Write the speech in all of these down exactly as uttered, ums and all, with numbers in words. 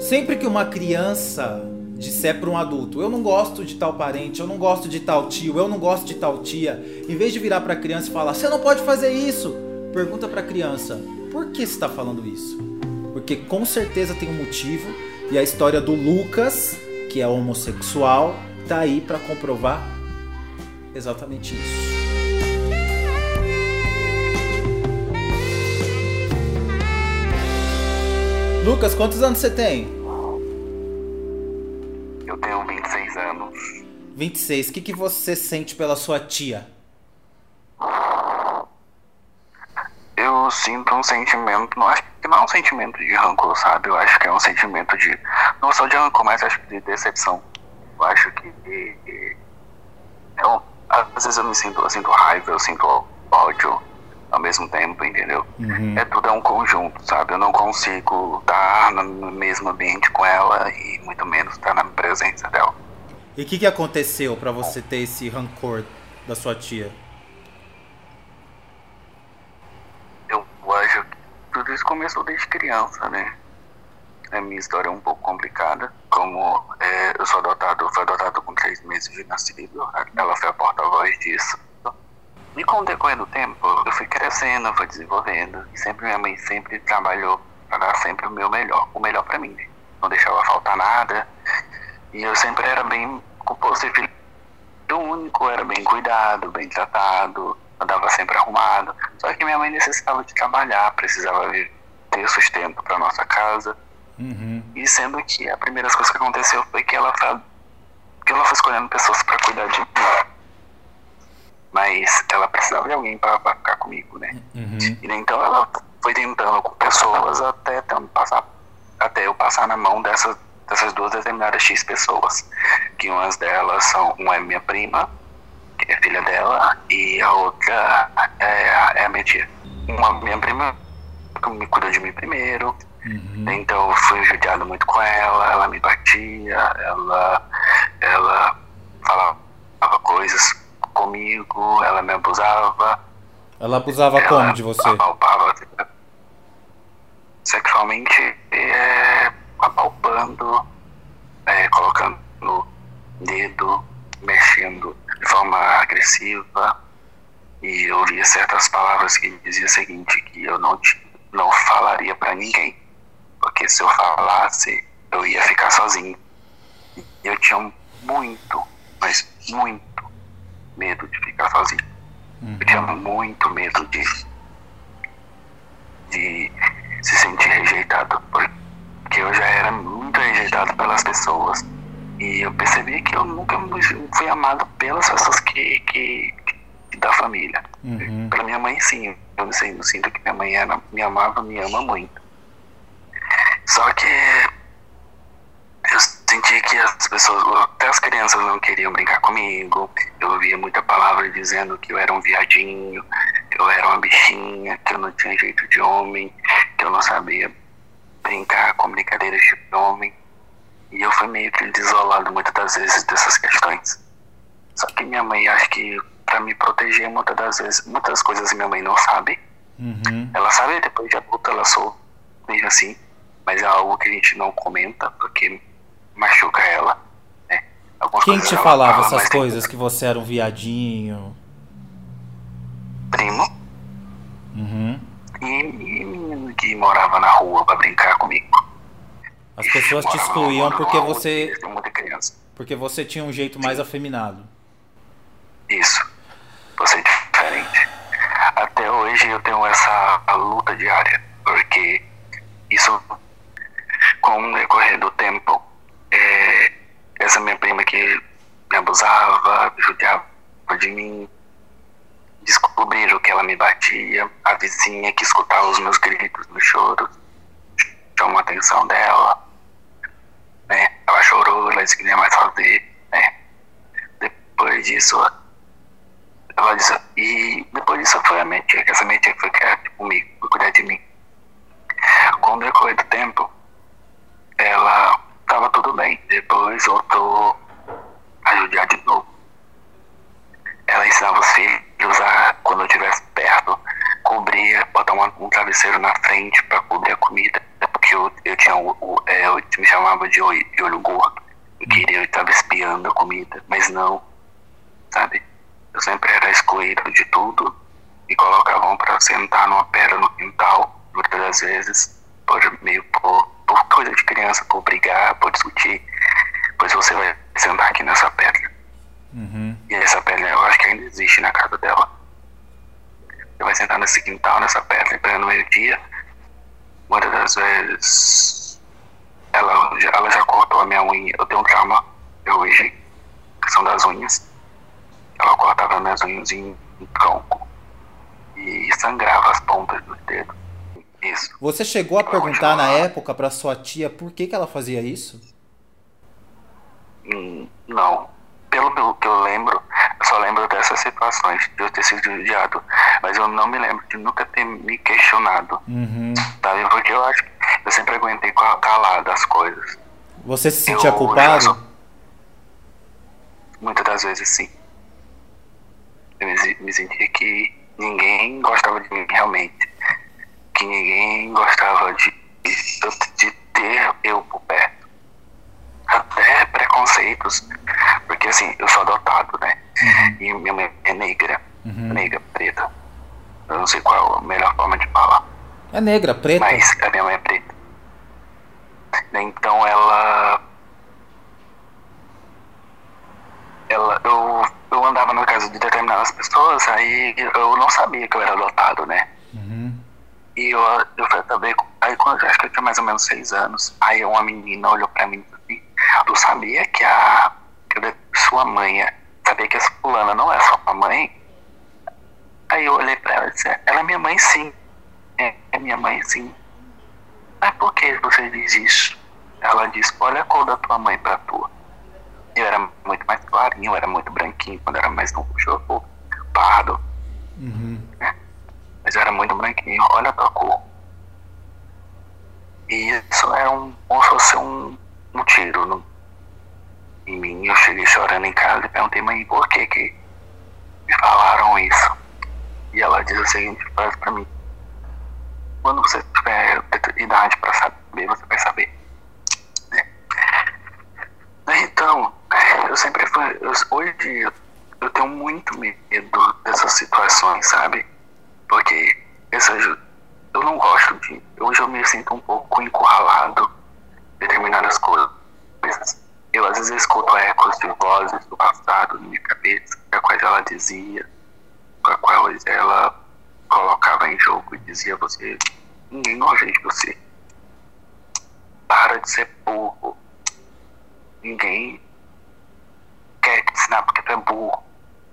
Sempre que uma criança disser para um adulto, eu não gosto de tal parente, eu não gosto de tal tio, eu não gosto de tal tia, em vez de virar para a criança e falar, você não pode fazer isso, pergunta para a criança, por que você está falando isso? Porque com certeza tem um motivo, e a história do Lucas, que é homossexual, tá aí para comprovar exatamente isso. Lucas, quantos anos você tem? Eu tenho vinte e seis anos. vinte e seis. O que, que você sente pela sua tia? Eu sinto um sentimento, não acho que não é um sentimento de rancor, sabe? Eu acho que é um sentimento de, não só de rancor, mas acho que de decepção. Eu acho que, que eu, às vezes eu me sinto, eu sinto raiva, eu sinto ódio ao mesmo tempo, entendeu? Uhum. É tudo é um conjunto, sabe? Eu não consigo estar no mesmo ambiente com ela e muito menos estar na presença dela. E o que, que aconteceu pra você ter esse rancor da sua tia? Eu acho que tudo isso começou desde criança, né? A minha história é um pouco complicada. Como é, eu sou adotado, eu fui adotado com três meses de nascido, ela foi a porta-voz disso. E com o decorrer do tempo, eu fui crescendo, eu fui desenvolvendo. E sempre minha mãe sempre trabalhou para dar sempre o meu melhor, o melhor para mim. Não deixava faltar nada. E eu sempre era bem, por ser filho único, era bem cuidado, bem tratado, andava sempre arrumado. Só que minha mãe necessitava de trabalhar, precisava ter sustento para nossa casa. Uhum. E sendo que a primeira coisa que aconteceu foi que ela, que ela foi escolhendo pessoas para cuidar de mim. Mas ela precisava de alguém para ficar comigo, né? Uhum. E então ela foi tentando com pessoas até, passar, até eu passar na mão dessas, dessas duas determinadas X pessoas. Que umas delas são, uma é minha prima, que é filha dela, e a outra é, é a minha tia. Uma minha prima me cuidou de mim primeiro, uhum. Então eu fui judiado muito com ela, ela me batia, ela, ela falava coisas comigo, ela me abusava. Ela abusava ela como de você? Apalpava sexualmente, é, apalpando, é, colocando no dedo, mexendo de forma agressiva. E eu ouvia certas palavras que diziam o seguinte, que eu não, não falaria pra ninguém, porque se eu falasse, eu ia ficar sozinho. E eu tinha muito, mas muito medo de ficar sozinho. Uhum. Eu tinha muito medo de, de se sentir rejeitado, porque eu já era muito rejeitado pelas pessoas. E eu percebi que eu nunca fui amado pelas pessoas que, que, que da família. Uhum. Pela minha mãe, sim. Eu, eu, eu sinto que minha mãe era, me amava, me ama muito. Só que eu senti que as pessoas, até as crianças não queriam brincar comigo. Eu ouvia muita palavra dizendo que eu era um viadinho, que eu era uma bichinha, que eu não tinha jeito de homem, que eu não sabia brincar com brincadeiras de homem. E eu fui meio que desolado muitas das vezes dessas questões. Só que minha mãe, acho que pra me proteger muitas das vezes, muitas coisas minha mãe não sabe. Uhum. Ela sabe, depois de adulta ela soube, mesmo assim, mas é algo que a gente não comenta porque machuca ela, né? Algumas Quem te falava fala, essas coisas, tem... que você era um viadinho? Primo. Uhum. E menino que morava na rua pra brincar comigo. As pessoas te excluíam porque rua, você... muita criança. Porque você tinha um jeito mais afeminado. Isso. Você é diferente. Até hoje eu tenho essa luta diária, porque isso, com o decorrer do tempo, é, essa minha prima que me abusava, judiava de mim, descobriram que ela me batia, a vizinha que escutava os meus gritos, meus choros, chamou a atenção dela, né? Ela chorou, ela disse que não ia mais fazer, né? Depois disso, ela disse, e depois disso foi a minha tia, que essa minha tia foi criar comigo, foi cuidar de mim. Com o decorrer do tempo, ela estava tudo bem, depois voltou a judiar de novo. Ela ensinava os filhos a, quando eu estivesse perto, cobrir, botar uma, um travesseiro na frente para cobrir a comida, porque eu, eu tinha o, o, é, eu me chamava de olho, de olho gordo. Eu queria, eu estava espiando a comida, mas não, sabe? Eu sempre era excluído de tudo e colocavam para sentar numa pedra no quintal, muitas das vezes, por meio por, por coisa de criança, por brigar, por discutir. Pois você vai sentar aqui nessa pedra. Uhum. E essa pedra eu acho que ainda existe na casa dela. Você vai sentar nesse quintal, nessa pedra, e no meio-dia, muitas das vezes. Ela, ela já cortou a minha unha. Eu tenho um trauma até hoje, que são das unhas. Ela cortava minhas unhas em, em tronco e sangrava as pontas dos dedos. Isso. Você chegou a perguntar na época pra sua tia por que, que ela fazia isso? Hum, não. Pelo, pelo que eu lembro, eu só lembro dessas situações de eu ter sido judiado. Mas eu não me lembro de nunca ter me questionado. Uhum. Sabe? Porque eu acho que eu sempre aguentei calado as coisas. Você se sentia eu culpado? Sou... Muitas das vezes sim. Eu me, me sentia que ninguém gostava de mim realmente. Que ninguém gostava de, de, de ter eu por perto. Até preconceitos. Porque assim, eu sou adotado, né? Uhum. E minha mãe é negra. Uhum. Negra, preta. Eu não sei qual é a melhor forma de falar. É negra, preta? Mas a minha mãe é preta. Então ela... ela eu, eu andava na casa de determinadas pessoas, aí eu não sabia que eu era adotado, né? Uhum. E eu, eu fui saber... Aí quando eu acho que eu tinha mais ou menos seis anos, aí uma menina olhou pra mim assim, tu sabia que a... que sua mãe é... Sabia que essa fulana não é sua mãe? Aí eu olhei pra ela e disse, ela é minha mãe sim. É, é minha mãe sim. Mas por que você diz isso? Ela disse, olha a cor da tua mãe pra tua. Eu era muito mais clarinho, eu era muito branquinho quando era mais novo, jogo pardo. Uhum. Né? Mas eu era muito branquinho, olha a tua cor. E isso era um, como se fosse um, um tiro no, em mim. Eu cheguei chorando em casa e perguntei, mãe, por que que me falaram isso? E ela diz a seguinte frase pra mim, quando você tiver idade pra saber, você vai saber. Né? Então, eu sempre fui, eu, hoje eu tenho muito medo dessas situações, sabe? Porque essas, eu não gosto de, hoje eu me sinto um pouco encurralado em determinadas coisas. Eu às vezes escuto ecos de vozes do passado na minha cabeça, a quais ela dizia, a quais ela colocava em jogo e dizia, você, ninguém gosta de você. Para de ser burro. Ninguém quer te ensinar porque tu é burro.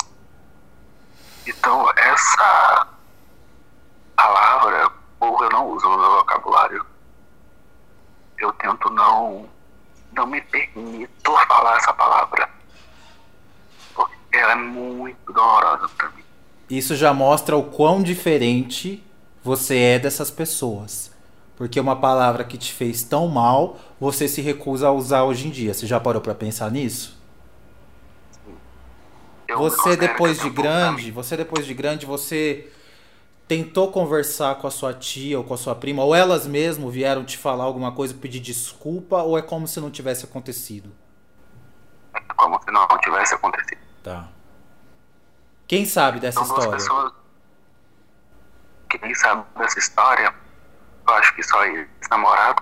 Então essa palavra, burro, eu não uso no meu vocabulário. Eu tento não, não me permito falar essa palavra. Porque ela é muito dolorosa pra mim. Isso já mostra o quão diferente você é dessas pessoas. Porque uma palavra que te fez tão mal, você se recusa a usar hoje em dia. Você já parou pra pensar nisso? Eu Você depois de um grande, você depois de grande, você tentou conversar com a sua tia ou com a sua prima, ou elas mesmo vieram te falar alguma coisa, pedir desculpa, ou é como se não tivesse acontecido? Como se não tivesse acontecido. Tá. Quem sabe dessa São duas história? pessoas. Quem sabe dessa história, eu acho que só ex-namorado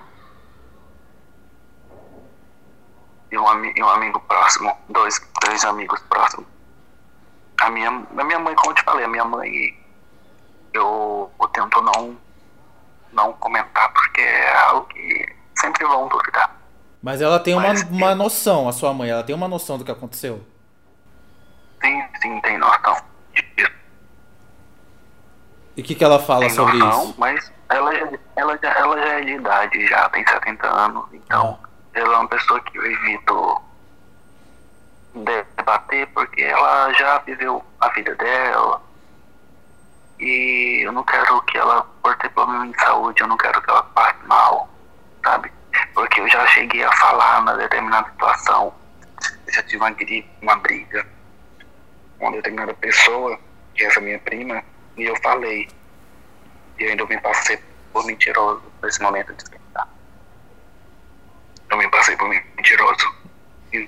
e um, ami- e um amigo próximo, dois, três amigos próximos. A minha, a minha mãe, como eu te falei, a minha mãe, eu, eu tento não, não comentar porque é algo que sempre vão duvidar. Mas ela tem uma, Mas uma eu- noção, a sua mãe, ela tem uma noção do que aconteceu. Sim, sim, tem noção disso. E o que, que ela fala Tem sobre noção, isso? mas ela, já- ela, já, ela já é de idade, já tem setenta anos, então ela é uma pessoa que eu evito debater porque ela já viveu a vida dela e eu não quero que ela, por ter problema de saúde, eu não quero que ela passe mal, sabe? Porque eu já cheguei a falar na determinada situação, eu já tive uma, gri- uma briga com uma determinada pessoa, que é essa minha prima, e eu falei. E eu ainda me passei por mentiroso nesse momento de esquentar. Eu me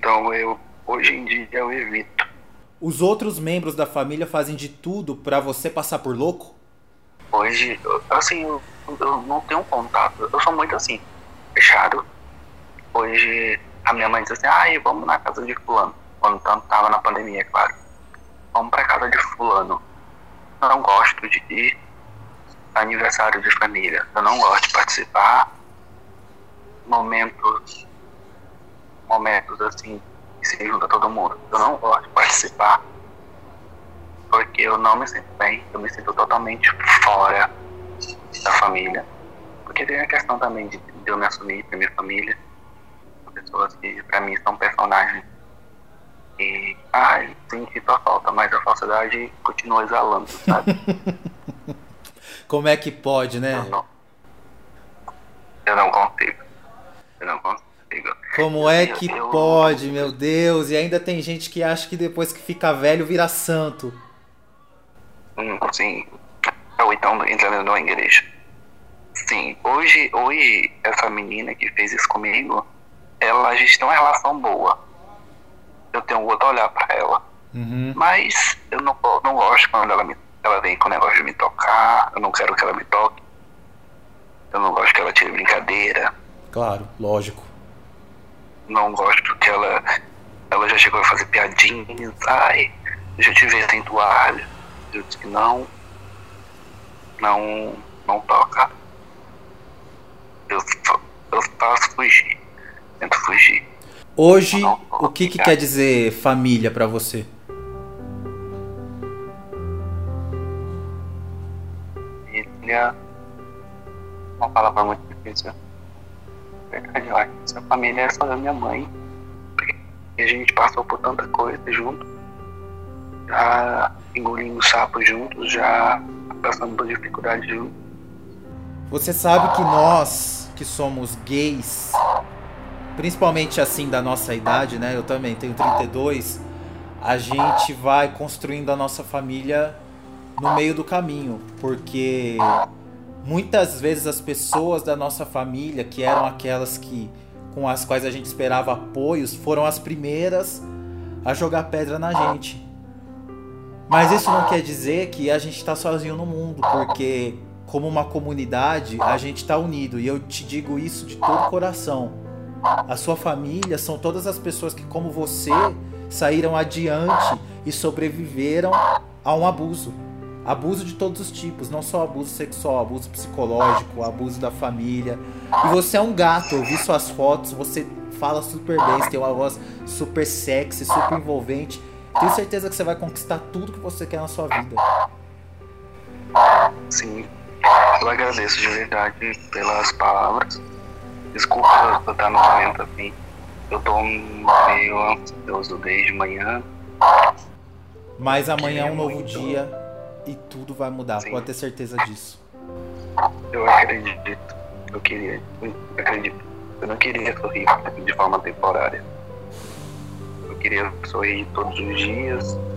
Então eu, hoje em dia, eu evito. Os outros membros da família fazem de tudo pra você passar por louco? Hoje, assim, eu, eu não tenho contato. Eu sou muito assim, fechado. Hoje, a minha mãe diz assim, ai, vamos na casa de fulano. Quando tanto tava na pandemia, é claro. Vamos pra casa de fulano. Eu não gosto de ir a aniversário de família. Eu não gosto de participar. Momentos, momentos assim, que se junta todo mundo. Eu não gosto de participar. Porque eu não me sinto bem. Eu me sinto totalmente fora da família. Porque tem a questão também de, de eu me assumir pra minha família. Pessoas que pra mim são personagens. E, ai, senti tua falta, mas a falsidade continua exalando, sabe? Como é que pode, né? Eu não, eu não consigo. Eu não consigo. Como é Eu- que eu- pode, meu Deus? E ainda tem gente que acha que depois que fica velho vira santo. Hum, sim. Ou então entrando numa igreja. Sim, hoje, hoje essa menina que fez isso comigo, ela, a gente tem uma relação boa. Eu tenho outro olhar pra ela. Uhum. Mas eu não, não gosto quando ela, me, ela vem com o negócio de me tocar. Eu não quero que ela me toque. Eu não gosto que ela tire brincadeira. Claro, lógico. Não gosto que ela. Ela já chegou a fazer piadinhas. Ai, deixa eu te ver sem toalha. Eu disse que não. Não. Não toca. Eu, fa- eu faço fugir. Tento fugir. Hoje, Não, não, o que, que não. quer dizer família pra você? Família. Uma palavra muito difícil. Verdade, eu acho que essa família é só eu e minha mãe. Porque a gente passou por tanta coisa junto. Já engolimos sapo juntos, já passamos por dificuldade juntos. Você sabe que nós, que somos gays, principalmente assim da nossa idade, né? Eu também tenho trinta e dois. A gente vai construindo a nossa família no meio do caminho, porque muitas vezes as pessoas da nossa família, que eram aquelas que com as quais a gente esperava apoios, foram as primeiras a jogar pedra na gente. Mas isso não quer dizer que a gente está sozinho no mundo, porque como uma comunidade a gente está unido, e eu te digo isso de todo o coração. A sua família são todas as pessoas que, como você, saíram adiante e sobreviveram a um abuso. Abuso de todos os tipos, não só abuso sexual, abuso psicológico, abuso da família. E você é um gato, eu vi suas fotos, você fala super bem, você tem uma voz super sexy, super envolvente. Tenho certeza que você vai conquistar tudo que você quer na sua vida. Sim, eu agradeço de verdade pelas palavras. Desculpa eu estar no momento assim. Eu tô meio ansioso desde manhã. Mas amanhã é um novo dia e tudo vai mudar, Sim. pode ter certeza disso. Eu acredito. Eu queria. Eu acredito. Eu não queria sorrir de forma temporária. Eu queria sorrir todos os dias.